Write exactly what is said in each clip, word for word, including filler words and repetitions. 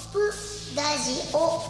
プラジオポ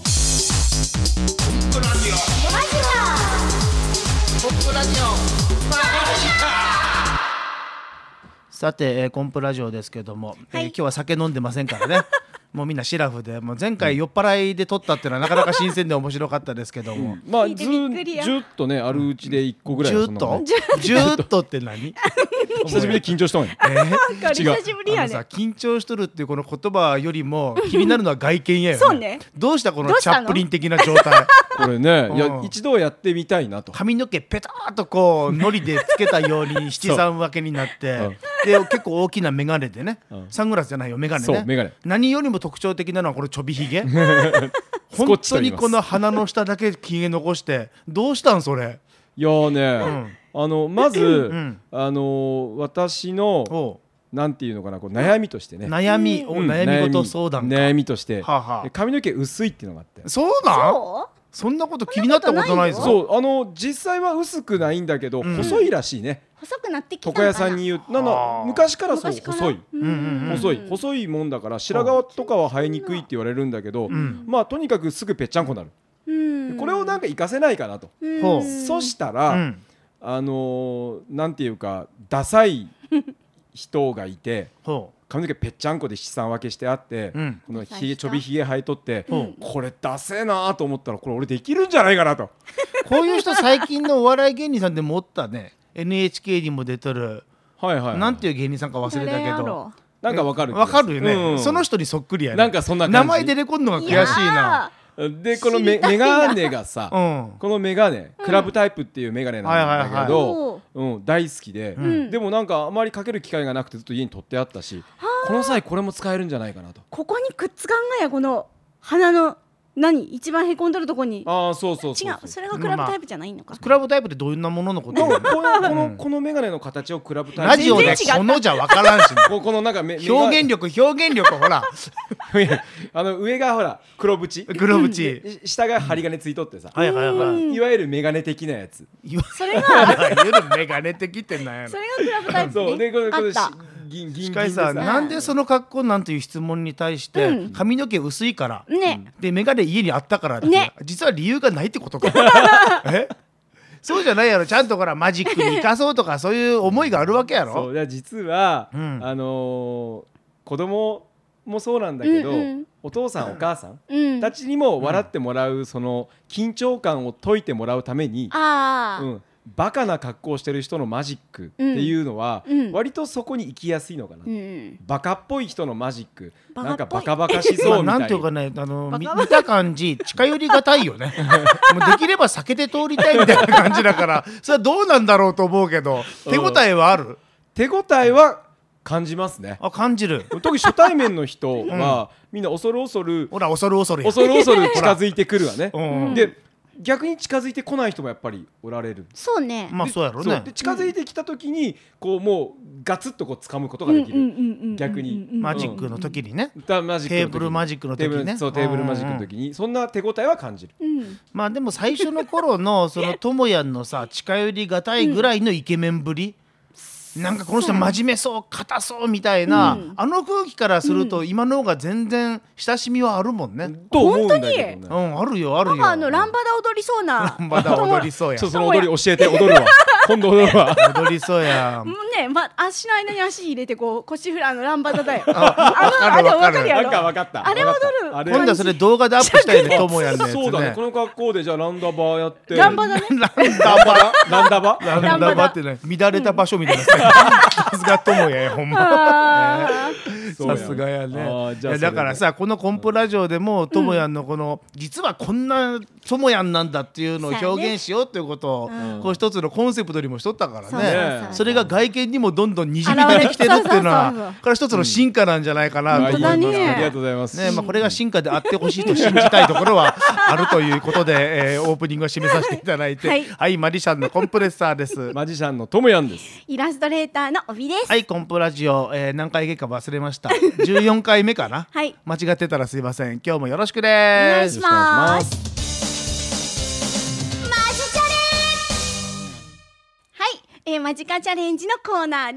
ップラジオマジポップラジオマジか。 さて、えーコンプラジオですけども、 はいえー今日は酒飲んでませんからねもうみんなシラフで、もう前回酔っ払いで撮ったっていうのはなかなか新鮮で面白かったですけども、 まあず聞いてびっくりやずっとねあるうちでいっこぐらいジューッとはそんなもんジューッとって何久しぶりに緊張したんやえー口が久しぶりやねあのさ緊張しとるっていうこの言葉よりも気になるのは外見やよねそうねどうしたこのどうしたのチャップリン的な状態これねいやうん一度やってみたいなと髪の毛ペターっとこうのりでつけたように七三分けになってうんで結構大きな眼鏡でね、 うんサングラスじゃないよ眼鏡ねそう眼鏡何よりも特徴的なのはこのちょびひげスコッ本当にチと言いますこの鼻の下だけひげ残してどうしたんそれ。 いやーね、あのまず、 んあのー私のおなんていうのかなこう悩みとしてね悩み、おうん悩み事相談か悩みとして、 はあはあ髪の毛薄いっていうのがあってそうなんそそんなこと気になったことないぞ。 そうあの実際は薄くないんだけど、 うん細いらしいねう細くなってきたのかな床屋さんに言うなんだはあ昔からそう昔から細いうんうんうん細い細いもんだから白髪とかは生えにくいって言われるんだけど、 んまあとにかくすぐぺっちゃんこになる、 うんこれをなんか活かせないかなと、 うんほうそしたら、 うんあのーなんていうかダサい人がいてほ髪の毛ぺっちゃんこで七三分けしてあって、 うんこのひげちょびひげ生えとって、 うんこれダセえなと思ったらこれ俺できるんじゃないかなと。 うこういう人最近のお笑い芸人さんでもおったねエヌエイチケー にも出とる、 はいはいはい、 なんていう芸人さんか忘れた誰けどやろなんかわかるわかるよね、 うんその人にそっくりやねなんかそんな感じ名前出てこんのが悔しいな。 でこのメ知りたいなメガネがさ、 うんこのメガネクラブタイプっていうメガネなんだはいはいはいけど、うん、大好きで、 んでもなんかあまりかける機会がなくてずっと家に取ってあったし、この際これも使えるんじゃないかなと。 ここにくっつかんがやこの鼻の何一番へこんどるとこにああそうそうそう違そううそれがクラブタイプじゃないのかクラブタイプってどんなもののことなんかこのこのうんこのメガネの形をクラブタイプラジオで全然違ったこのじゃわからんしねここのなんかメ表現力表現力ほら力あの上がほら黒縁黒縁し下が針金ついとってさ、 はいはいはいいわゆるメガネ的なやつ。 それが夜メガネ的ってなんやろそれがクラブタイプそうでこれこれしあった銀銀しかし銀でささなんでその格好なんていう質問に対して、 うん髪の毛薄いから、 ねでメガネ家にあったからって、 ね実は理由がないってことかえそうじゃないやろちゃんとほらマジックに生かそうとかそういう思いがあるわけやろそういや実は、 うんあのー子供もそうなんだけど、 うんうんお父さんお母さんうんたちにも笑ってもらう、その緊張感を解いてもらうために、 ああうん、バカな格好をしてる人のマジックっていうのは、 うん割とそこに行きやすいのかな、 うんバカっぽい人のマジックバカっぽいなんかバカバカしまあ、 そうみたいなんていうかねあのバカみ見た感じ近寄りがたいよねもうできれば避けて通りたいみたいな感じだからそれはどうなんだろうと思うけど手応えはある、 手応えは感じますね。 あ感じる特に初対面の人は、みんな恐る恐るほら恐る恐るや恐る恐る近づいてくるわね。 うんで逆に近づいてこない人もやっぱりおられる。 そうねまあでそうやろねそうで近づいてきた時にこうもうガツッとこう掴むことができる。逆にマジックの時にね、 だマジックの時にテーブルマジックの時にねテーブルそうテーブルマジックの時にそんな手応えは感じる。 うんまあでも最初の頃のそのともやんのさ近寄りがたいぐらいのイケメンぶり、なんかこの人真面目そう硬そうみたいな、 うんあの空気からすると今の方が全然親しみはあるもんね、 と思うんだけどうね。 んあるよあるよパパあのランバダ踊りそうなランバダ踊りそうやちょっとその踊り教えて踊るわ。今度踊るわ。 踊りそうやもうね、ま、足の間に足入れてこう腰振るあのランバダだよああのあれわかる分かるやろなんかわかった。 あれ踊るあれ今度はそれ動画でアップしたいねともやんのやつねそうだね。この格好でじゃあランダバーやって。 ランバダねランダバランダバランダバってね乱れた場所みたいなさすがともやほんまあそうやさすがやねあーじゃあいやだからさこのコンプラジオでもともやんのこの、実はこんなともやんなんだっていうのを表現しようっていうことを、 んこう一つのコンセプトにもしとったからそうねそうそうそれが外見にもどんどんにじみ出てきてるっていうのはそうそうそうそうこれ一つの進化なんじゃないかなと思います本当だねありがとうございます。 ねまあ、これが進化であってほしいと信じたいところはあるということで、えーオープニングを締めさせていただいて、ははいい、 マジシャンのコンプレッサーです。 マジシャンのともやんです。 イラストレーターの帯ですはい、コンプラジオ、えー何回目か忘れました。じゅうよんかいめかな。 はい間違ってたらすいません。今日もよろしくお願です。 いしまよろしくお願いしすマジチャレンジはい、えー、マジカチャレンジのコーナーです、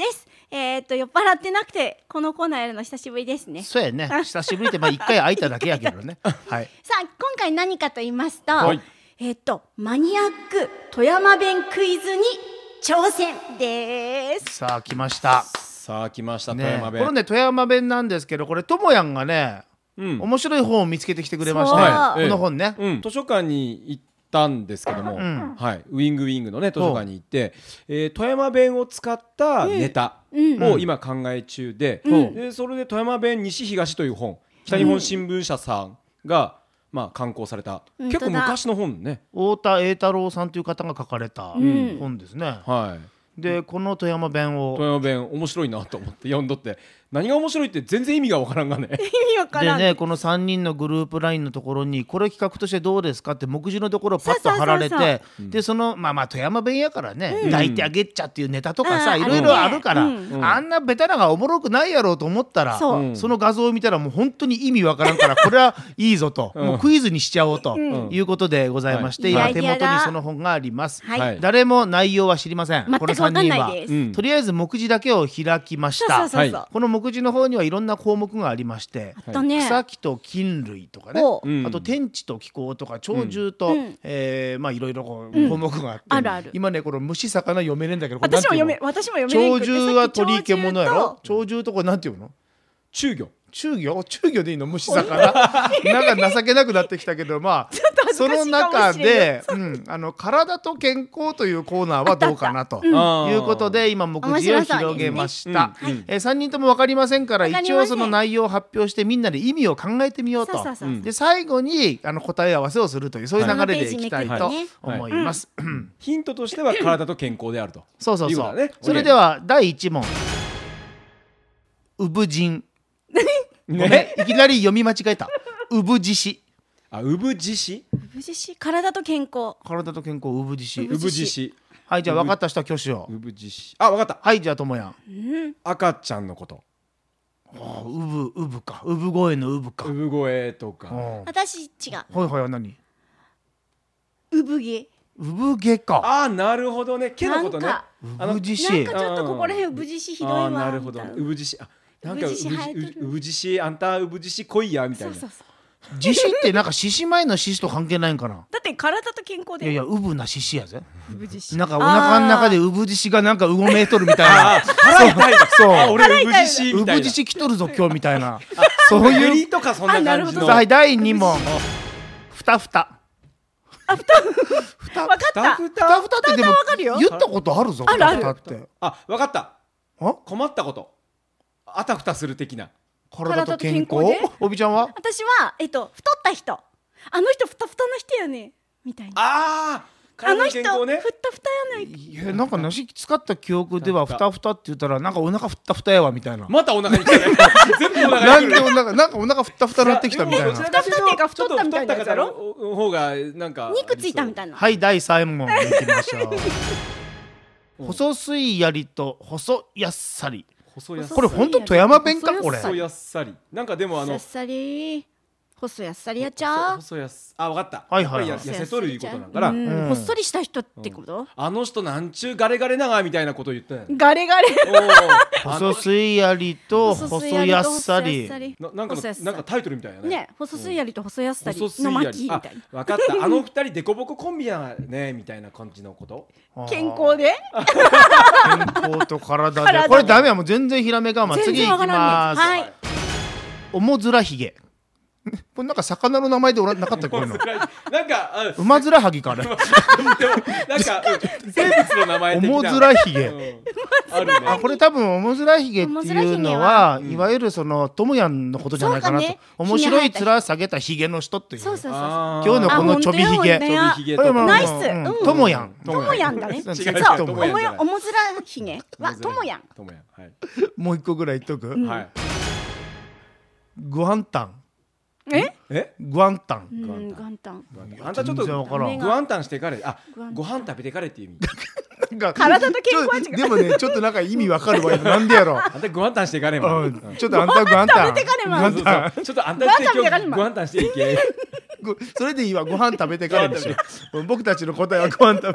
えーっと酔っ払ってなくてこのコーナーやるの久しぶりですね。 そうやね。久しぶりってまあ一回会えただけやけどね。はい。 さあ今回何かと言いますと、 はいえーっとマニアック富山弁クイズに挑戦です。 さあ来ました。 さあ来ました富ね、 山弁。 これね富山弁なんですけど、これともやんがね、 うん面白い本を見つけてきてくれまして、 そうこの本ね。 うん、図書館に行ったんですけども、 んはい、ウィングウィングのね図書館に行って、えー富山弁を使ったネタうんを今考え中で、 うんでそれで富山弁西東という本、北日本新聞社さんが、まあ刊行された、 うん結構昔の本ね。 太田栄太郎さんという方が書かれたん本ですね。 はい。 でこの富山弁を富山弁面白いなと思って読んどって、何が面白いって全然意味がわからんがね。 意味わからん。 でね、このさんにんのグループラインのところにこれ企画としてどうですかって目次のところをパッと貼られそうそうそうて、でそのまあまあ富山弁やからね、 ん抱いてあげっちゃっていうネタとかさ、 うんいろいろあるから、 うんうんあんなベタながおもろくないやろうと思ったら、 そううんその画像を見たらもう本当に意味わからんからこれはいいぞと、 うんもうクイズにしちゃおうとんいうことでございまして、 はい今手元にその本があります。 はい、 はい誰も内容は知りません。この全くわかんさんにんはないです。 うんとりあえず目次だけを開きました。 そうそうそうそう。 はこの目次の方にはいろんな項目がありまして、 あとね、 草木と菌類とかね、 ほううんあと天地と気候とか鳥獣と、 うんえーまあいろいろこう項目があって、 あるある今ねこの虫魚読めねえんだけど、これ私も読めなんて私も読めないいうの。鳥獣は鳥獣物やろ。鳥獣とこれなんていうの？ 中魚。 中魚中魚でいいの？虫魚なんか情けなくなってきたけど、まあその中で、うん、あの体と健康というコーナーはどうかなとうんいうことで今目次を広げました。 面白そうですねえーさんにんとも分かりませんからわかりません一応その内容を発表してみんなで意味を考えてみようと。 そうそうそううんで最後にあの答え合わせをするというそういう流れでいきたいと思います。 ヒントとしては体と健康であると。 そうそうそう。 いうことだねそれではだいいち問。うぶじん。ごめんね。 いきなり読み間違えた。うぶじし。 あ、うぶじし。 無事し体と健康。 体と健康うぶじし。 うぶじし。 はいじゃあ分かった人は挙手を。 うぶじし。あ、わかった。 はいじゃあともやん。 赤ちゃんのこと。 あうぶうぶか。うぶ声のうぶか。 産声とか。 うん私違う。 はいはい何？ 産毛。 うぶ毛か。 あー、なるほどね。毛のことね。 なんかあのうぶじなんし。 かちょっとここら辺無事しひどいわ。 あー、なるほど。 みたいなうぶじし。あ、なんかうぶじうぶじし生えてるうぶじし、あんたうぶじし来いやみたいな。 そうそうそう。 じしってなんか獅子前の獅子と関係ないんかな。 だって体と健康で。 いやいやうぶな獅子やぜ。 無事し。 なんかお腹の中でうぶじしがなんかうごめいとるみたいな。 あ、腹痛い。 そうあ、俺うぶじしうみたいな。 ぶじし来とるぞ今日みたいな。そう下いう。 痢とかそんなあなるほど感じの。 さあはいだいに問。ふたふた。 わかった。 ふたふたってでもわかるよ言ったことあるぞ。 あるあるふたふたって。 あ、わかった。 あ困ったこと。あたふたする的な。 体と健康体と健康で。 おびちゃんは？ 私はえっと太った人。あの人ふたふたな人やね。みたいな。 ああ、 あの人体の健康ねふ。たふたやない。 いやなんかなし使った記憶ではふたふたふたって言ったらなんかお腹ふったふたやわみたいな。 またお腹に来たね。全部お腹なんに来る。 でお腹なんかお腹ふったふたなってきたみたいな。 ふたふたっていうか太ったみたいなやつやろちょっと太った方の方がなんか肉ついたみたいな。 はいだいさん問いきましょう。細水やりと細やっさり。 細やっこれ本当富山弁かこれ。 細やっさり。なんかでもあの細やっさり。細やっさりやっちゃう。 細やっすあ、わかった。 はいはいはいやっぱり痩せとるいうことなんから、 うんうんほっそりした人ってこと？ あの人なんちゅうガレガレながみたいなこと言ったんやね。 ガレガレ。 おー細水やりと細やっさり。 ななんか細やっさりなんかタイトルみたいなね。 ね、細水やりと細やっさり細水のやり。あ巻みたいな。、 わかった。あの二人デコボココンビやねみたいな感じのこと。 健康で？ 健康と体で。 体でこれダメやもう全然ひらめかんわ。 全次いき然わからます。 んね。はい。 おもずらひげ。これなんか魚の名前でおらなかったっけこういうの。 なんかあうまずらはぎかね。 でもなんかうん生物の名前的な。 おもずらひげ。 うんあるね。 あこれ多分おもずらひげっていうのはおもずらひげはいわゆるそのともやんのことじゃないかなと。 そうかね面白い面下げたひげの人っていう。 そうそうそうそう。 あー今日のこのちょびひげ。 あ本当やちょびひげとか。 これもナイスうんうんともやん。 ともやんだね。 違うそう、 ともやんおもやおもずらひげはともやん。 ともやん。はい。 もう一個ぐらい言っとく。 はい。 グアンタン。 え？ え？ グアンタン。 うん、元旦。 あんたちょっと全然わからんご飯食してかれ。あご飯、 ご飯食べてかれっていう意味。 なんか体と健康は違うちょでもねちょっとなんか意味わかるわよ。なんでやろ。 あんたご飯食してかれうも。 んちょっとあんたグアンタン。 食べてかれまグアンタン。 ちょっとあんたしてご飯食べてかれま今日ご飯食していけ。 ごそれでいいわご飯食べてからでしょ。僕たちの答えはご飯食べ。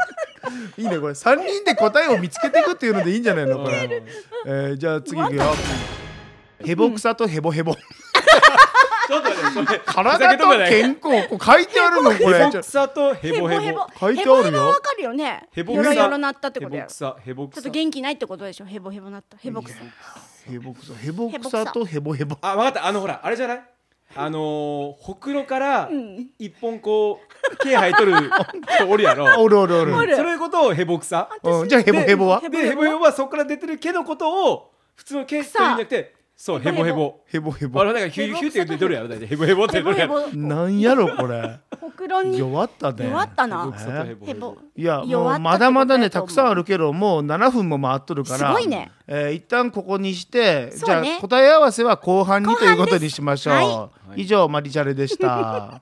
いいねこれさんにんで答えを見つけていくっていうのでいいんじゃないのこれ、えー、じゃあ次いくよ。ヘボ草とヘボヘボちょっと待ってそれ体と健康こう書いてあるのこれヘボ草とヘボヘボ書いてあるよヘボヘボわかるよね。 ヘボヨロヨロなったってことやろ。 ヘボ草ヘボちょっ草と元気ないってことでしょ。ヘボヘボなったヘボ草。 ヘボ草ヘボ草とヘボヘボあ分かったあのほらあれじゃないあのー、ほくろから一本こう毛生えとる人おるやろおるおるおるおるそういうことをヘボ草うん、じゃあヘボヘボはヘでヘボヘボはそこから出てる毛のことを普通の毛というんじゃなくてそうヘボヘボヘボヘボあれだからヒューヒューって出てるやろ大体ヘボヘボって出てるやろヘボヘボなんやろこれほくろに弱ったね弱ったな。 ヘボ草とヘボヘボいやも弱ったってことうまだまだねだと思うたくさんあるけどもうななふんも回っとるからすごいね、 えー、一旦ここにしてじゃそうねあ答え合わせは後半にということにしましょう、 後はい以上マリチャレでした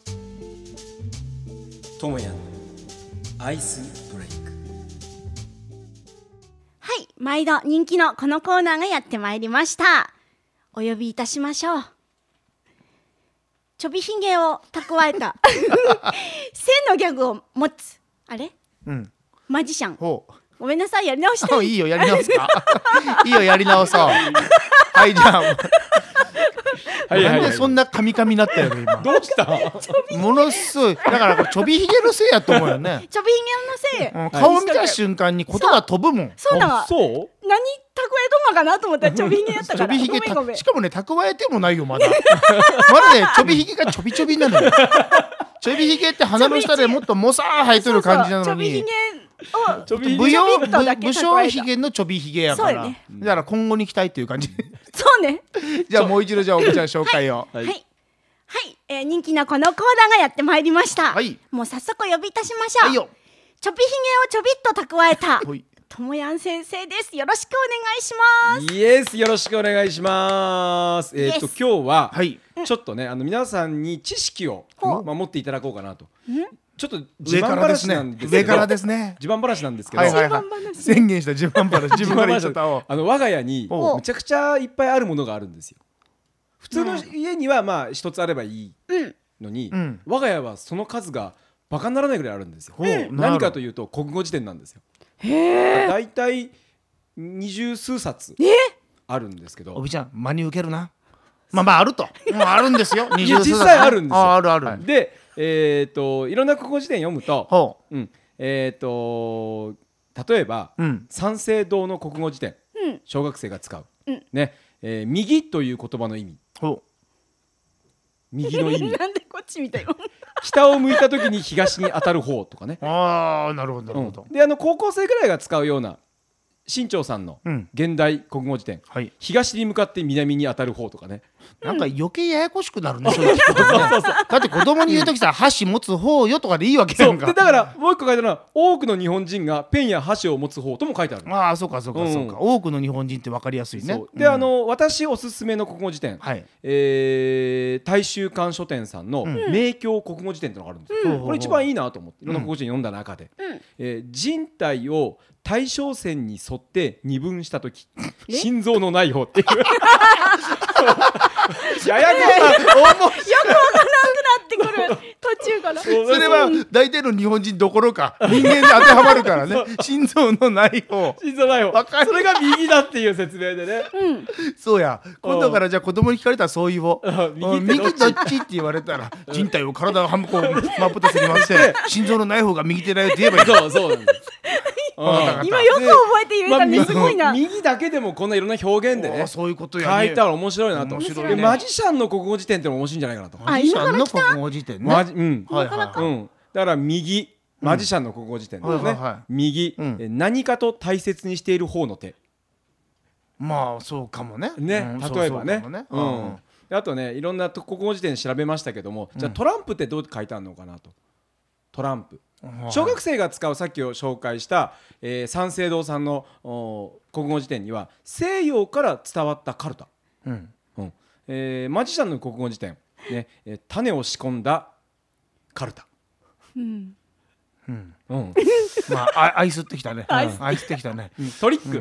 ともやんアイスブレイクはい毎度人気のこのコーナーがやってまいりました。お呼びいたしましょう。ちょびひげを蓄えた千のギャグを持つあれうんマジシャン。 ほうごめんなさいやり直してあいいよやり直すかいいよやり直そうはいじゃあはいはいはいなんでそんなカミカミになったよね今どうしたものすごいだからこれちょびひげのせいやと思うよね、 ちょびひげのせい、 うん、顔見た瞬間に言葉飛ぶもんそうだわあそう何蓄えとんのかなと思ったらちょびひげやったちょからびひげたごめんごめんしかもね蓄えてもないよまだまだねちょびひげがちょびちょびなのよちょびひげって鼻の下でもっともさー生えとる感じなのにそうそうちょびひげをちょびひげ武将ちょびっとだけ武将ひげのちょびひげやから、 そうよねだから今後に期待っていう感じそうねじゃあもう一度じゃあおぶちゃん紹介をははいい、はいえー人気のこのコーナーがやってまいりました、 はいもう早速お呼びいたしましょう、 はいよちょびひげをちょびっと蓄えたほいともやん先生です。よろしくお願いします。 イエスよろしくお願いしますえっと Yes 今日ははいちょっとねあの皆さんに知識をほうまあ持っていただこうかなとちょっと自上慢話からですねなんですけど上からですね自慢話なんですけどはいはいはい自慢話宣言した自慢話自分から言っちゃったおあの我が家におうむちゃくちゃいっぱいあるものがあるんですよ。普通の家にはまあ一つあればいいうんのに、 うん我が家はその数がバカにならないぐらいあるんですよ。 ほう何かというと国語辞典なんですよ。だいたい二十数冊あるんですけど、 おびちゃん真に受けるなまあまああるともうあるんですよ二いや十数実際あるんですよ。 ああるある、 はいで、えー、といろんな国語辞典読むと、 ほうんえー、と例えば、 ううん三省堂の国語辞典、 うん小学生が使う、 うんねえー右という言葉の意味ほ右の意味なんでこっちみたいよ。 北を向いた時に東に当たる方とかね、 うああなるほどなるほどうん、であの高校生ぐらいが使うような新潮さんのうん現代国語辞典、 はい東に向かって南に当たる方とかね、 なんか余計ややこしくなるね、そういう聞くとねだって子供に言うときさ箸持つ方よとかでいいわけやんかそうでだからもう一個書いてあるのは多くの日本人がペンや箸を持つ方とも書いてある、 ああそうかそうかそうか、 うん多くの日本人って分かりやすいねそうで、 うんあの私おすすめの国語辞典、 はいえー大衆館書店さんのうん名教国語辞典ってのがあるんですよ、 うんこれ一番いいなと思っていろんな国語辞典読んだ中で、 うんえー人体を対称線に沿って二分したとき心臓のない方っていうややこしいよくわからなくなってくる途中から。 それは大体の日本人どころか人間で当てはまるからね心臓のない方心臓ない方わかるそれが右だっていう説明でねうんそうや今度からじゃあ子供に聞かれたらそう言おうあ右右ってどっちどっちって言われたら人体を体を半分こう真っ二つに回して心臓のない方が右手だよって言えばいいそうそうなんですうん今よく覚えて言えたね、 まあすごいな。 右だけでもこんないろんな表現でねあそういうことや書ねいたら面白いなと面白いねでマジシャンの国語辞典ってのも面白いんじゃないかなとマジシャンの国語辞典ねマジうんはいはいはいうん、だから右マジシャンの国語辞典ですね、 はいはいはい右、 うんえ何かと大切にしている方の手まあそうかもねね、 うん例えばねそうそうかもねううんんであとねいろんな国語辞典調べましたけども、じゃあトランプってどう書いてあるのかなとトランプ小学生が使うさっきを紹介した、えー、三省堂さんのお国語辞典には西洋から伝わったカルタ、 うんうんえーマジシャンの国語辞典、ねえー種を仕込んだカルタ、 うんうんうん、 まああ愛すってきたね愛すうん愛すってきたねトリック、 うん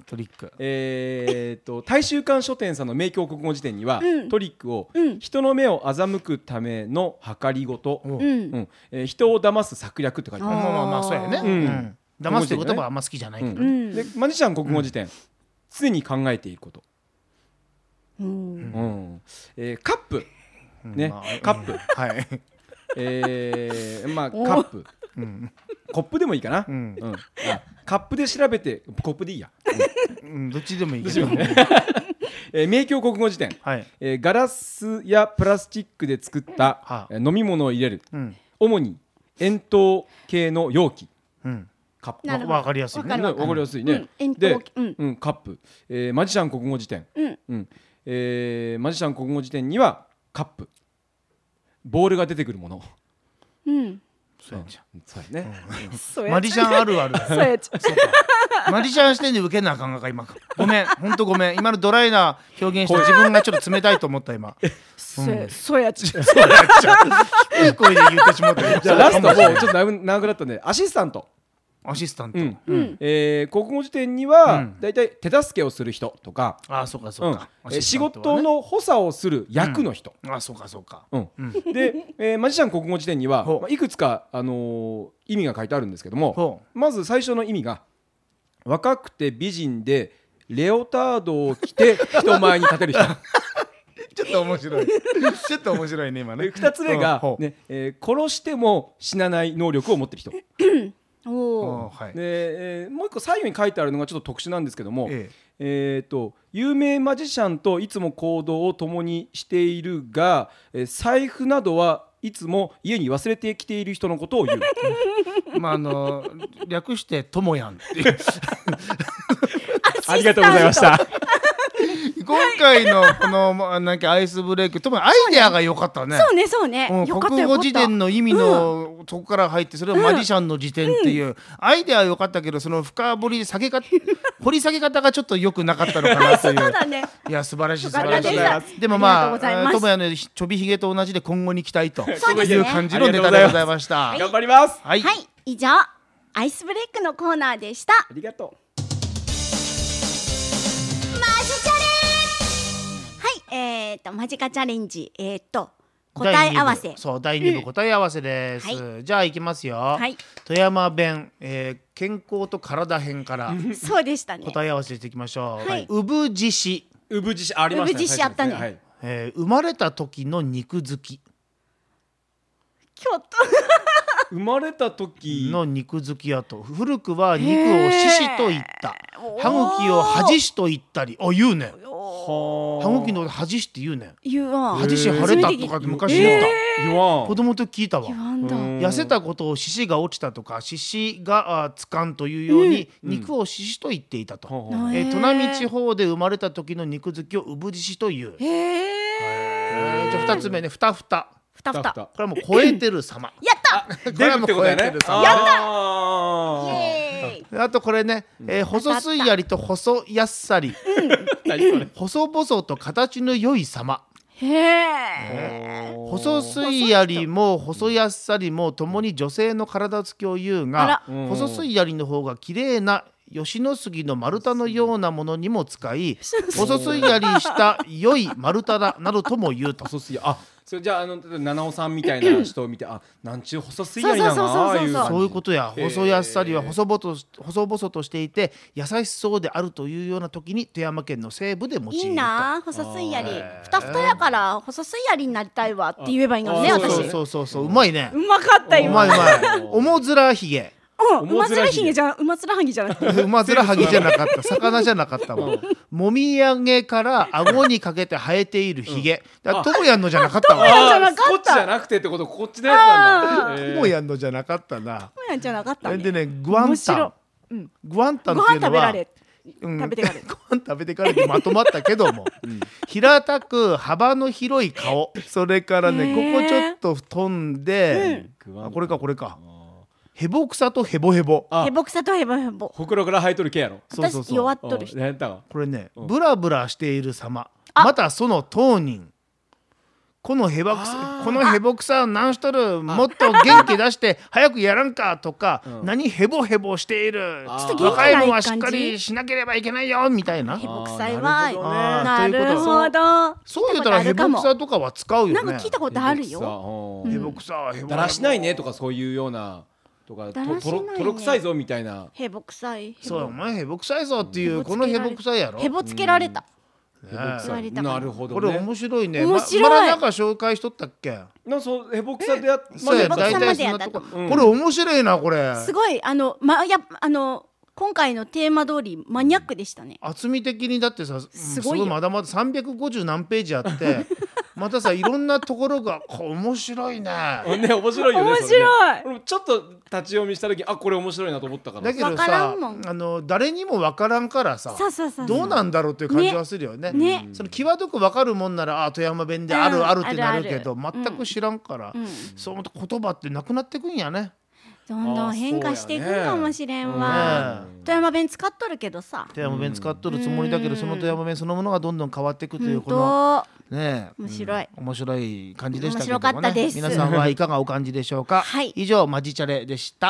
トリック。 えー、と大衆館書店さんの明教国語辞典には、 うんトリックを、 うん人の目を欺くための計りごと、 おうんうんえー人を騙す策略って書いてある。 まあまあまあそうやね。 うんうん騙すという言葉はあんま好きじゃないけどうね。 んでマジシャン国語辞典、常に考えていること、 うんうんえーカップ、ねうんまあカップ、 はい。 えー、まあカおップうんコップでもいいかな、 うんうんあカップで調べてコップでいいや、 うんどっちでもいいどけどうしようねえー明教国語辞典、 はい。 えーガラスやプラスチックで作った、 はあえー飲み物を入れるうん主に円筒形の容器うん。 カップなるほどわかりやすいねわかるわかるわかりやすいね、 うん円筒で、 うんうん、カップ、えーマジシャン国語辞典、 うんうんえーマジシャン国語辞典にはカップボールが出てくるもの、 うんそうやんじうんそうやね、 そうゃん。マジシャンあるある。 そうやちゃそうか。マジシャン視点で受けなあかんがか今。ごめん、本当ごめん。今のドライな表現して自分がちょっと冷たいと思った今。 そうやそうやちゃそうやっちゃう。低い声で言ってしまった。 じゃあラストもうちょっと長く長くなったんでアシスタント、 アシスタント。 うんうんえー国語辞典には、 うんだいたい手助けをする人とか、 ああそうかそうか。 うんえー仕アシスタントはね事。の補佐をする役の人、 ああそうかそうか。 うんうんで、えーマジシャン国語辞典には、 ほうまあ、いくつか、あのー意味が書いてあるんですけども、 ほまず最初の意味が若くて美人でレオタードを着て人前に立てる人ちょっと面白い。ちょっと面白いね今ね。 でふたつめがうんほ、うねえー殺しても死なない能力を持ってる人で、 おおおはい。 えーもう一個最後に書いてあるのがちょっと特殊なんですけども、 ええー、と有名マジシャンといつも行動を共にしているが、えー財布などはいつも家に忘れてきている人のことを言うえまああの略してともやんっていう。 ありがとうございました今回のこのまなんかアイスブレイク、ともアイデアが良かったね。 そうねそうねうんよかった国語辞よかった典の意味のそこから入ってそれをマジシャンの辞典っていうアイデアは良かったけどその深掘り下げか掘り下げ方がちょっと良くなかったのかなというそうだねいや素晴らしい素よかった晴らしですいでもあまありがとうございますともやのちょびひげと同じで今後に期待とそうですねいう感じのネタでございました頑張りますはいはい以上アイスブレイクのコーナーでしたありがとうはいえーとマジカチャレンジえーと答だいにぶえ合わせそうだいにぶ答え合わせです、 はじゃあいきますよ、 はい富山弁、えー健康と体編からそうでしたね答え合わせしていきましょう、 はい産獅子、 うぶじしありましたうぶじしあったねはいえー生まれた時の肉付き京都生まれた時の肉付きやと古くは肉を獅子と言ったおー歯茎を恥しと言ったりあ言うねんおは歯茎の恥しって言うねん言わん恥し晴れたとかって昔言った、 言わん子供の時聞いたわ言わんだうん痩せたことを獅子が落ちたとか獅子があつかんというように、 うん肉を獅子と言っていたと、 ははうんえー、砺波地方で生まれた時の肉付きを産獅子という、 へええーじゃあふたつめねふたふたふたふたこれはもう超えてる様やったこれはもう超えてる様やったイエーイあとこれね、えー細すいやりと細やっさり何それ細々と形の良い様へえ細すいやりも細やっさりもともに女性の体つきを言うあがらうん細すいやりの方が綺麗な吉野杉の丸太のようなものにも使い細すいやりした良い丸太だなどとも言うと細すぎあそれじゃああの例えば七尾さんみたいな人を見てあなんちゅう細すぎやりなそうそうそうそうそうああいう感じそういうことやへー細やっさりは細々と細々としていて優しそうであるというような時に富山県の西部で用いるといいな細すいやりへーふたふたやから細すいやりになりたいわって言えばいいのにねあ私そうそうそうそううまいねうまかったう今まいうまいおもずらひげうん馬面ひげじゃん馬面はぎじゃなくて馬面はぎじゃなかった魚じゃなかったわもみあげから顎にかけて生えているひげだからともやんのじゃなかったわじゃなかったこっちじゃなくてってことこっちのやつなんだあーへーともやんのじゃなかったなそうやんじゃなかったねでねグアンタ面白ンうんグアンタンごっていうのは飯食べられうん食べてかれご飯食べてからでまとまったけども、平たく幅の広い顔それからねへーここちょっと飛んで、あこれかこれかヘボ草とヘボヘボあへぼくさとへぼへぼほくろから生えとる毛やろそうそうそう私弱っとる人何やったかこれねうんブラブラしている様あまたその当人このヘボクあサーこのヘボクサ何しとるもっと元気出して早くやらんかとか、 うん何ヘボヘボしているあーちょっと元気若いない感じもんはしっかりしなければいけないよみたいなヘボ臭いあわーあーなるほどそう言うたらヘボクサとかは使うよね。 なんか聞いたことあるヘボよ臭うんヘボクサヘボだらしないねとかそういうようなとかとだらしないねとろとろ臭いぞみたいな。 ヘボ臭いそうお前ヘボクサいぞっていうヘボこのヘボクサやろ。 ヘボつけられたね言われたからなるほどこれね。 面白いね。 面白いままだなんか紹介しとったっけ。 なんかそうヘボ臭でやっそうやヘボクサ大体までやったそんなとこ。 とうんこれ面白いなこれ。 すごいあのまやあの今回のテーマ通りマニアックでしたね厚み的にだってさすごいよまだまださんびゃくごじゅう何ページあってまたさいろんなところがこう面白いね。 ね面白いよね。 面それね白い俺もちょっと立ち読みした時あこれ面白いなと思ったから。 だけどわからさんもんあの誰にもわからんからさそうそうそうどうなんだろうっていう感じはするよね。 ねその際どくわかるもんならあ富山弁であるうんあるってなるけどあるある全く知らんから、 うんそう思うと言葉ってなくなってくんやね。 どんどん変化していくかもしれんねわ富山弁使っとるけどさ富山弁使っとるつもりだけど、 うんその富山弁そのものがどんどん変わっていくという本この当ね面白い面白い感じでしたけどもね。 面白かったです皆さんはいかがお感じでしょうか。 はい以上マジチャレでした。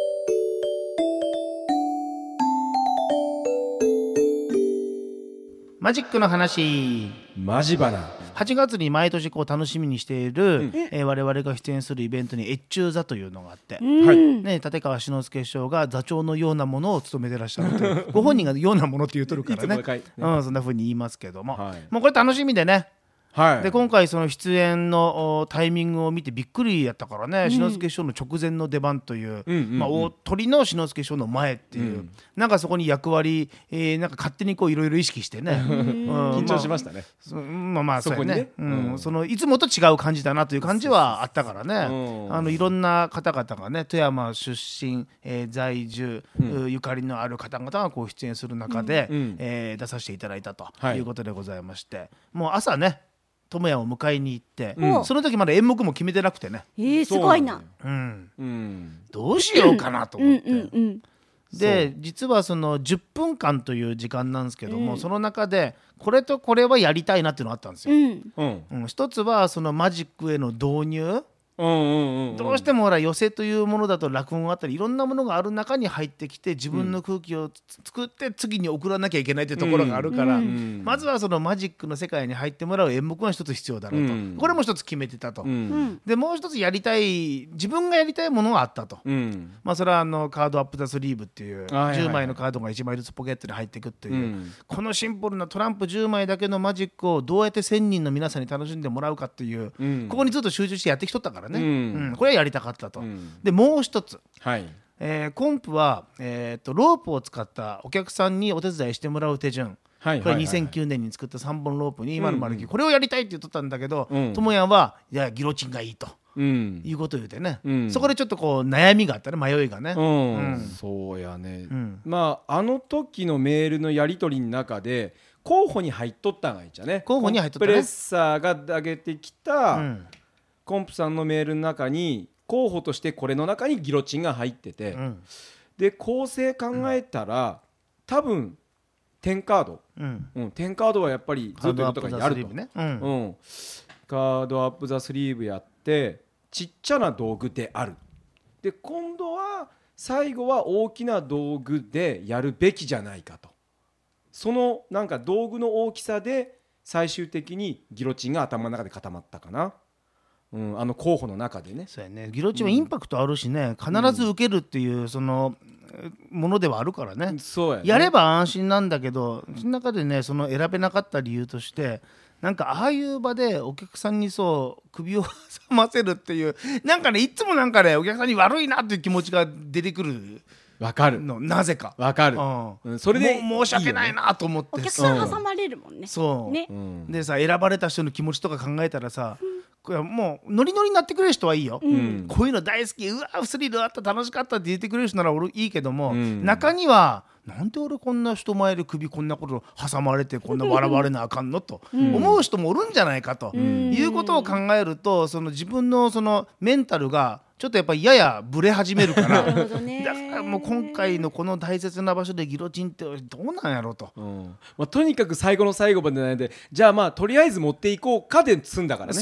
マジックの話。 マジバナ。 はちがつに毎年こう楽しみにしている、 んえー我々が出演するイベントに越中座というのがあって、 うんはいね、立川志の輔師匠が座長のようなものを務めてらっしゃるというご本人がようなものって言うとるからねいつもかいねうん、そんな風に言いますけども、 はいもうこれ楽しみでね。 はい。 で今回その出演のおタイミングを見てびっくりやったからね、志の輔師匠の直前の出番という、 うんうんうんまあ、大鳥の志の輔師匠の前っていう、 うんなんかそこに役割、えーなんか勝手にこういろいろ意識してね、うん緊張しましたね。 そまあまあそうやねそこにねうんうんそのいつもと違う感じだなという感じはあったからね、 うんあのいろんな方々がね富山出身、えー在住、 うんゆかりのある方々がこう出演する中で、 うんえー出させていただいたとはいいうことでございまして、もう朝ね智也を迎えに行って、 うんその時まだ演目も決めてなくてね、 えーすごいなうん、 うん。 どうしようかなとうん思って。 うんうんで実はそのじゅっぷんかんという時間なんですけども、 うんその中でこれとこれはやりたいなっていうのがあったんですよ。 うんうん。 うん、一つはそのマジックへの導入、 うんうんうん。 どうしてもほら寄席というものだと落語があったりいろんなものがある中に入ってきて自分の空気をつ作って次に送らなきゃいけないというところがあるから、 うんうんまずはそのマジックの世界に入ってもらう演目が一つ必要だろうと、 うんこれも一つ決めてたと、 う。 うんんでもう一つやりたい自分がやりたいものがあったと、 うん。 まあ、それはあのカードアップ・ザ・スリーブっていうはいはいはいじゅうまいのカードがいちまいずつポケットに入っていくっていう、 うんこのシンプルなトランプじゅうまいだけのマジックをどうやってせんにんの皆さんに楽しんでもらうかっていう、 うんここにずっと集中してやってきとったからね、 うんうんこれはやりたかったと、 うんでもう一つ、 はい。 えーコンプは、えーとロープを使ったお客さんにお手伝いしてもらう手順、 はい。 これにせんきゅうねんに作ったさんぼんロープに今の丸木、 うんこれをやりたいって言っとったんだけどうん智也はいやギロチンがいいとうん。 いうことを言うてね、 うんそこでちょっとこう悩みがあったね迷いがね、 うんうんそうやね、 うんまああの時のメールのやり取りの中で候補に入っとったんがいいじゃね候補に入っとったねコンプレッサーが上げてきた、 うんコンプさんのメールの中に候補としてこれの中にギロチンが入ってて、 うんで構成考えたら、多分テンカード、 うんうん、テンカードはやっぱりずっということがやると、 ね、うんうん、カードアップザスリーブやってちっちゃな道具であるで今度は最後は大きな道具でやるべきじゃないかとそのなんか道具の大きさで最終的にギロチンが頭の中で固まったかな、うん、あの候補の中でね。 そうやねギロチンはインパクトあるしね、必ず受けるっていうそのえものではあるからね、 そうやねやれば安心なんだけどその中でねその選べなかった理由としてなんかああいう場でお客さんにそう首を挟ませるっていうなんかねいつもなんかねお客さんに悪いなっていう気持ちが出てくるわかるのなぜかわかる、 うんうん、それでもう申し訳ないなと思ってお客さん挟まれるもんねそう、 ねうんでさ選ばれた人の気持ちとか考えたらさ、これもうノリノリになってくれる人はいいよ、 んこういうの大好きうわスリルあった楽しかったって言ってくれる人なら俺いいけども、 うん中にはなんで俺こんな人前で首こんなこと挟まれてこんな笑われなあかんのと思う人もおるんじゃないかと、 んいうことを考えるとその自分のそのメンタルがちょっとやっぱりややブレ始めるからなるほどねだからもう今回のこの大切な場所でギロチンってどうなんやろうと。 うんまあ、とにかく最後の最後までないでじゃあまあとりあえず持っていこうかで済んだからねそうなん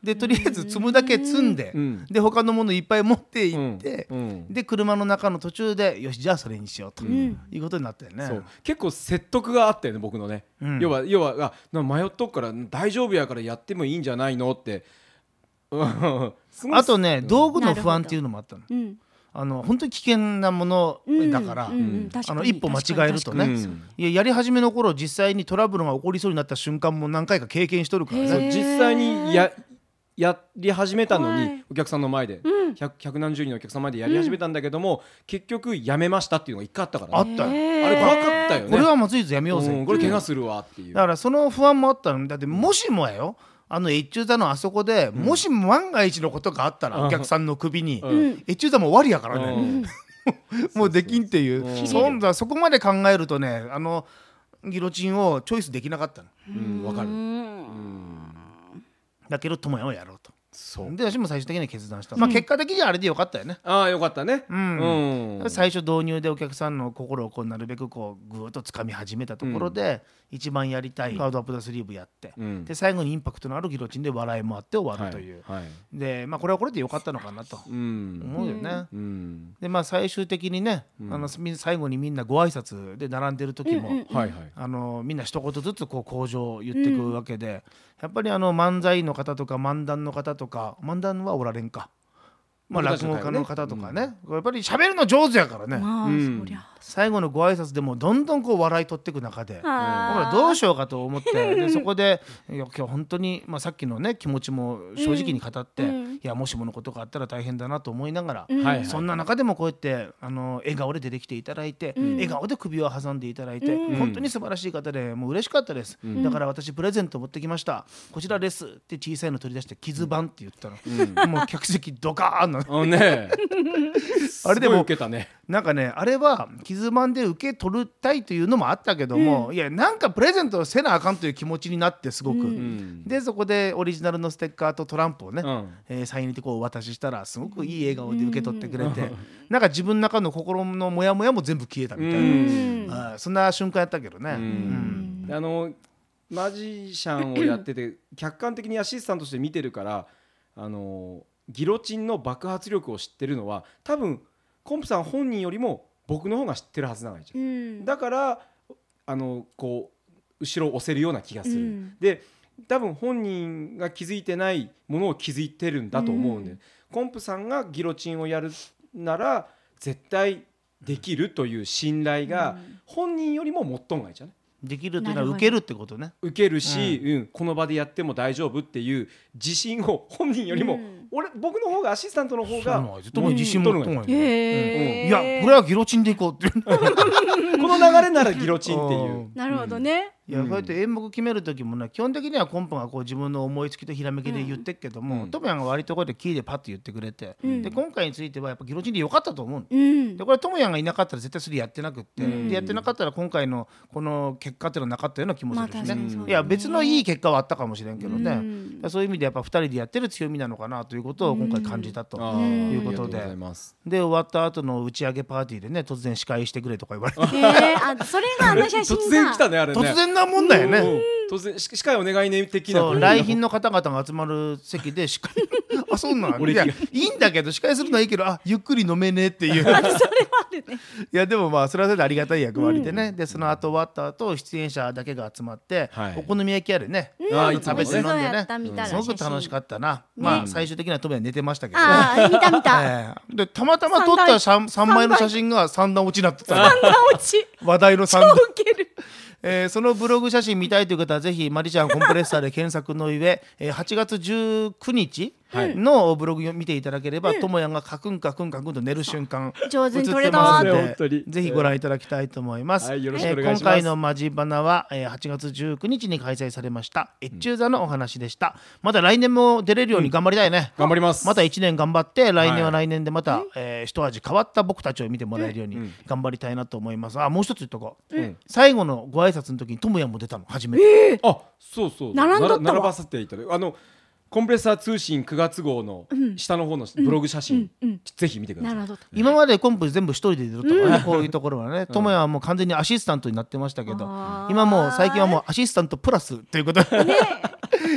でとりあえず積むだけ積んで、 うんで他のものいっぱい持って行って、 うんうんで車の中の途中でよしじゃあそれにしようと、 んいうことになったよね。 そう結構説得があったよね僕のね、 うん要は要はあな迷っとくから大丈夫やからやってもいいんじゃないのってうんすごいあとね、 うん道具の不安っていうのもあったの。 うんあの本当に危険なものだから、 うんうん確かにあの一歩間違えるとね、 うんいややり始めの頃実際にトラブルが起こりそうになった瞬間も何回か経験しとるからね。 へー実際にややり始めたのに、 はいお客さんの前で、 うん百百何十人のお客さんの前でやり始めたんだけども、結局やめましたっていうのが一回あったから、ね、 あったよ。 へーあれ怖かったよね。 これはまずいぞやめようぜ、 うんこれ怪我するわっていう。 だからその不安もあったの。だってもしもやよ、あの越中座のあそこで、もし万が一のことがあったら、 うんお客さんの首に、 うん越中座も終わりやからね、 うんもうできんっていう、 うんそんなそこまで考えるとね、あのギロチンをチョイスできなかったの。 うんわかる。 ううんんだけど友也をやろうと。 そう。 で私も最終的には決断した、まあ結果的にはあれでよかったよね。 ああよかったね。 うんうん最初導入でお客さんの心をこうなるべくこうぐーっと掴み始めたところで、一番やりたいカードアップダスリーブやって、 うんで最後にインパクトのあるギロチンで笑いもあって終わるという、 はいはいでまあこれはこれでよかったのかなとうん思うよね。 うんでまあ最終的にね、あのみ最後にみんなご挨拶で並んでる時も、 うんうんはいはい。 あのみんな一言ずつこう向上を言っていくわけで、やっぱりあの漫才の方とか漫談の方とか、漫談はおられんか、まあ、 僕たち落の会はね語家の方とかね、やっぱり喋るの上手やからね、 まあうんそりゃ最後のご挨拶でもどんどんこう笑い取っていく中で、ほらあーどうしようかと思ってでそこでいや今日本当に、まあ、さっきのね気持ちも正直に語って、 うんいやもしものことがあったら大変だなと思いながら、 うんはいはいそんな中でもこうやってあの笑顔で出てきていただいて、 ん笑顔で首を挟んでいただいて、 うん本当に素晴らしい方でもう嬉しかったです、 んだから私プレゼント持ってきましたこちらですって小さいの取り出して傷版って言ったの、もう客席ドカーンのあのねあれでもすごい受けたね。 なんかねあれは傷版で受け取りたいというのもあったけども、いやなんかプレゼントをせなあかんという気持ちになってすごく、 うんでそこでオリジナルのステッカーとトランプをね、 うんえーサイン入れてこうお渡ししたらすごくいい笑顔で受け取ってくれて、なんか自分の中の心のモヤモヤも全部消えたみたいな、 うんあーそんな瞬間やったけどね、 ううんんあのマジシャンをやってて客観的にアシスタントとして見てるからあのギロチンの爆発力を知ってるのは多分コンプさん本人よりも僕の方が知ってるはずなのよ、 うんだからあのこう後ろを押せるような気がする、 うんで多分本人が気づいてないものを気づいてるんだと思うんで、 うんコンプさんがギロチンをやるなら絶対できるという信頼が本人よりも最もがいいじゃない。 できるというのはなるほど受けるってことね。 受けるし、うんこの場でやっても大丈夫っていう自信を本人よりも、 うん俺僕の方がアシスタントの方がそうなんですよ特に自信持っとんやん、 へーいやこれはギロチンでいこうっていうこの流れならギロチンっていううんなるほどね、 いやこうやって演目決める時もね基本的にはコンポがこう自分の思いつきとひらめきで言ってっけども、 うんトムヤンが割とこうやってキーでパッと言ってくれて、 うんで今回についてはやっぱギロチンでよかったと思う、 うんでこれトムヤンがいなかったら絶対それやってなくって、 うんでやってなかったら今回のこの結果っていうのはなかったような気もするしまあ確かにそうだねいや別のいい結果はあったかもしれんけどね、 うんだからそういう意味でやっぱふたりでやってる強みなのかなということを今回感じたと、 あーいうことでありがとうございます。 で終わった後の打ち上げパーティーでね突然司会してくれとか言われてへえあそれがあの写真だ突然来たねあれね。 突然なもんだよね、 うん突然し司会お願いね的なそう来賓の方々が集まる席で司会あそうなんいやいいんだけど司会するのはいいけどあゆっくり飲めねっていうそれはあるねいやでもまあそれはそれでありがたい役割でね、でその後終わった後出演者だけが集まって、 はいお好み焼き屋でね、 あーあの食べて飲んで美味しそうやねった見たらすごく楽しかったな、 ねまあ最終的にはトメは寝てましたけどね、 ああ見た見たええでたまたま撮った三三枚の写真が三段落ちになってた三段落ち話題の三段ウケるえーそのブログ写真見たいという方はぜひマリちゃんコンプレッサーで検索の上、えーはちがつじゅうくにちのブログを見ていただければともやんがカクンカクンカクンと寝る瞬間上手に撮映ってれたわますの本当にでぜひご覧いただきたいと思います、 はいよろしくお願いしますえー今回のマジバナは、えーはちがつじゅうくにちに開催されました越中座のお話でした、また来年も出れるように頑張りたいね、 頑張ります。 またいちねん頑張って来年はは来年でまた、えー一味変わった僕たちを見てもらえるように頑張りたいなと思います。あもう一つ言っとこう、 うん最後のご挨拶の時にともやんも出たの初めて、 あそうそう並んどったわなら並ばせていただくあのコンプレッサー通信くがつ号の下の方のブログ写真、ぜひ見てください。 なるほど今までコンプ全部一人で出るとかね、こういうところはねともやんはもう完全にアシスタントになってましたけど、 あー今もう最近はもうアシスタントプラスということで、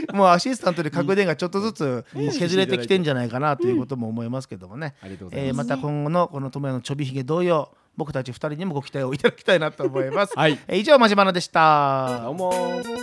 もうアシスタントで角電がちょっとずつ削れてきてんじゃないかなということも思いますけどもね、 ありがとうございます。 えーまた今後のこの友也のちょびひげ同様僕たちふたりにもご期待をいただきたいなと思います、 はいえー以上マジマナでしたどうも。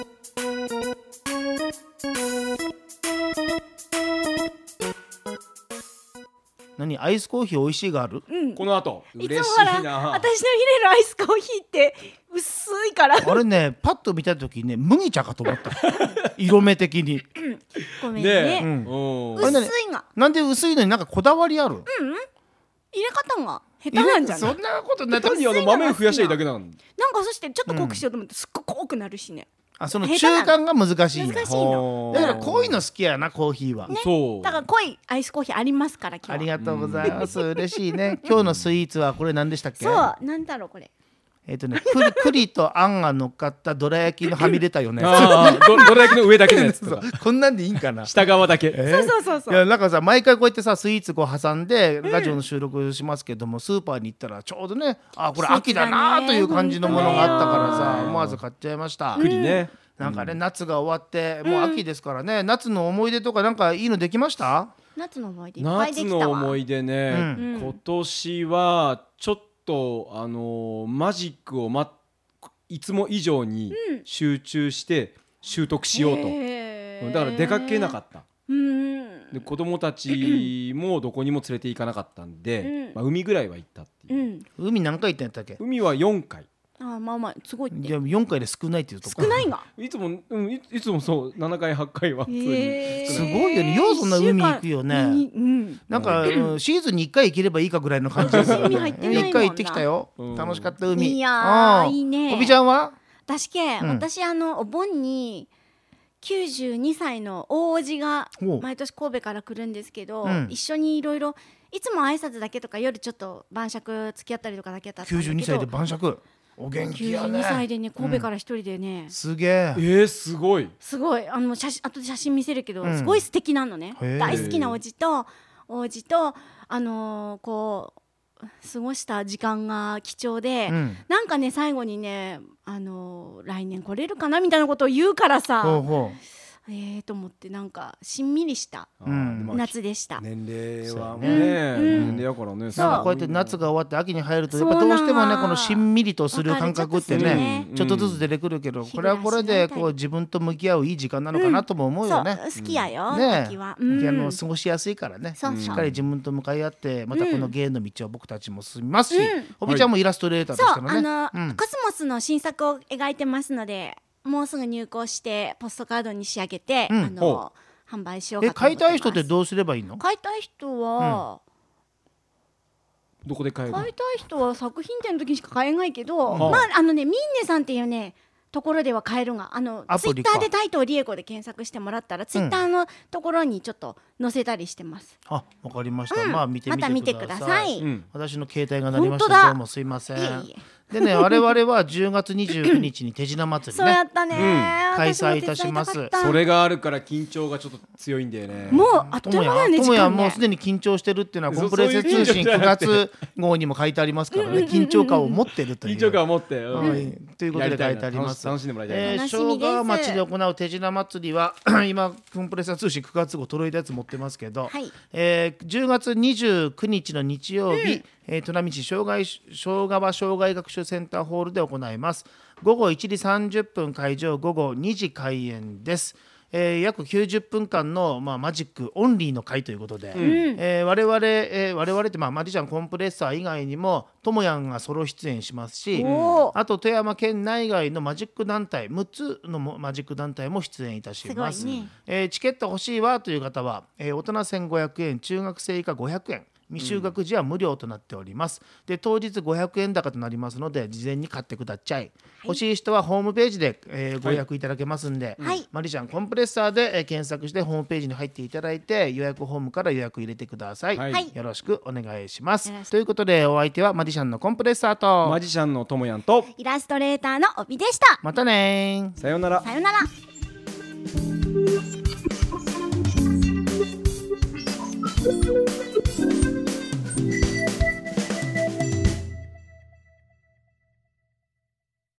何アイスコーヒー美味しいがあるこの後いつ嬉しもほらいな。 私の入れるアイスコーヒーって薄いからあれねパッと見た時ね麦茶かと思った色目的にごめんねえ、 ねうんうんあれ何薄いがなんで薄いのになんかこだわりある、 入れ方が下手なんじゃないそんなことない単にあの豆を増やしたいだけなんだ。 なんかそしてちょっと濃くしようと思ってすっごく濃くなるしね、 あその下手な中間が難しいんや難しいのだから濃いの好きやなコーヒーは、 そう。 だから濃いアイスコーヒーありますから今日はありがとうございます嬉しいね今日のスイーツはこれ何でしたっけそうなんだろうこれえっ、とね栗栗とあんが乗っかったどら焼きのはみ出たよねああ、どどら焼きの上だけのやつとそうか、 こんなんでいいんかな下側だけ。 えそうそうそうそういやなんかさ毎回こうやってさスイーツこう挟んでラジオの収録しますけども、スーパーに行ったらちょうどねあこれ秋だなという感じのものがあったからさ思わず買っちゃいました、 栗ね。 なんかね、夏が終わってもう秋ですからね、夏の思い出とかなんかいいのできました夏の思い出いっぱいで夏きたわの思い出ね、 うん今年はちょっとあのーマジックを、ま、いつも以上に集中して習得しようと、 へーだから出かけなかったうんで子供たちもどこにも連れて行かなかったんで、 うんまあ、海ぐらいは行ったっていうう、 ん海何回行ったんやったっけ海はよんかい。 あまあまあすごいってじゃあよんかいで少ないっていうとこ少ないがいつも、うん、いいつもそうななかいはちかいは普通に、 へーすごいよねようそんな海行くよね一週間にうんなんか、うんシーズンにいっかい行ければいいかぐらいの感じですよね海入ってないもんないっかい行ってきたよ、 うん楽しかった海いやーうんいいねおびちゃんは私け、 うん私あのお盆にきゅうじゅうにさいの大叔父がお毎年神戸から来るんですけど、 うん一緒にいろいろいつも挨拶だけとか夜ちょっと晩酌付き合ったりとかだけだったんだけどきゅうじゅうにさいで晩酌お元気やきゅうじゅうにさいねでね神戸から一人でね、 すげええー、すごい。 すごいあの写真後で写真見せるけど、 うんすごい素敵なのねへー大好きなおじとおじとあのーこう過ごした時間が貴重で、 うんなんかね最後にねあのー来年来れるかなみたいなことを言うからさほうほえーと思ってなんかしんみりしたあーうんでも夏でした。 年齢はそうね、 やねうん年齢やからね。 うなんかこうやって夏が終わって秋に入るとやっぱそうなんどうしてもねわこのしんみりとする感覚ってわかるねちょっとするねちょっとずつ出てくるけどうんこれはこれでこう自分と向き合ういい時間なのかなとも思うよね。 そう好きやよ、 ね秋は、 あの過ごしやすいからねそうそうしっかり自分と向かい合ってまたこの芸の道を僕たちも進みますし、 うんおびちゃんもイラストレーターとそうしてのね、 あの、 うんコスモスの新作を描いてますのでもうすぐ入稿してポストカードに仕上げて、 うんあの販売しようえかと思ってます。 買いたい人ってどうすればいいの？ 買いたい人は、 どこで買えるの？ 買いたい人は作品展の時にしか買えないけど、 はあまああのねミンネさんっていうねところでは買えるがあのアプリかツイッターでタイトーリエコで検索してもらったら、ツイッターのところにちょっと載せたりしてます。 あ、わかりました。 うんまあ見てみてください。 また見てくださいうん私の携帯が鳴りました。 本当だどうもすいません。 いえいえでね、我々はじゅうがつにじゅうくにちに手品祭りね、 そうやったね、 うん開催いたします私も手伝いたかったそれがあるから緊張がちょっと強いんだよね。 もうあっという間だよね時ともや間ねもうすでに緊張してるっていうのはそコンプレッセ通信そういう緊張じゃ 9 なくて月号にも書いてありますからね、緊張感を持ってるという。 緊張感を持って、うんはいということで書いてあります。 楽し楽しんでもらいたいな。 えー、 楽しみです生姜町で行う手品祭りは今コンプレッサー通信くがつ号届いたやつ持ってますけど、 はいえーじゅうがつにじゅうくにちの日曜日、えー、砺波市障害小川障害学習センターホールで行います。午後いちじさんじゅっぷん会場、午後にじ開演です。えー約きゅうじゅっぷんかんの、まあ、マジックオンリーの会ということで、えー我々、えー我々って、まあ、マジシャンコンプレッサー以外にもともやんがソロ出演しますし、 おーあと富山県内外のマジック団体むっつのもマジック団体も出演いたします。 すごいねえーチケット欲しいわという方は、えー大人せんごひゃくえん、中学生以下ごひゃくえん、未就学児は無料となっております。で当日ごひゃくえん高となりますので事前に買ってください。欲しい人はホームページで、えーご予約いただけますんで、 はいマリシャンコンプレッサーで、えー検索してホームページに入っていただいて予約フォームから予約入れてください。 はいよろしくお願いしますよろしく。 ということでお相手はマリシャンのコンプレッサーとマジシャンのともやんとイラストレーターの帯でした。 またねー。 さようなら。 さよなら。 Thank you.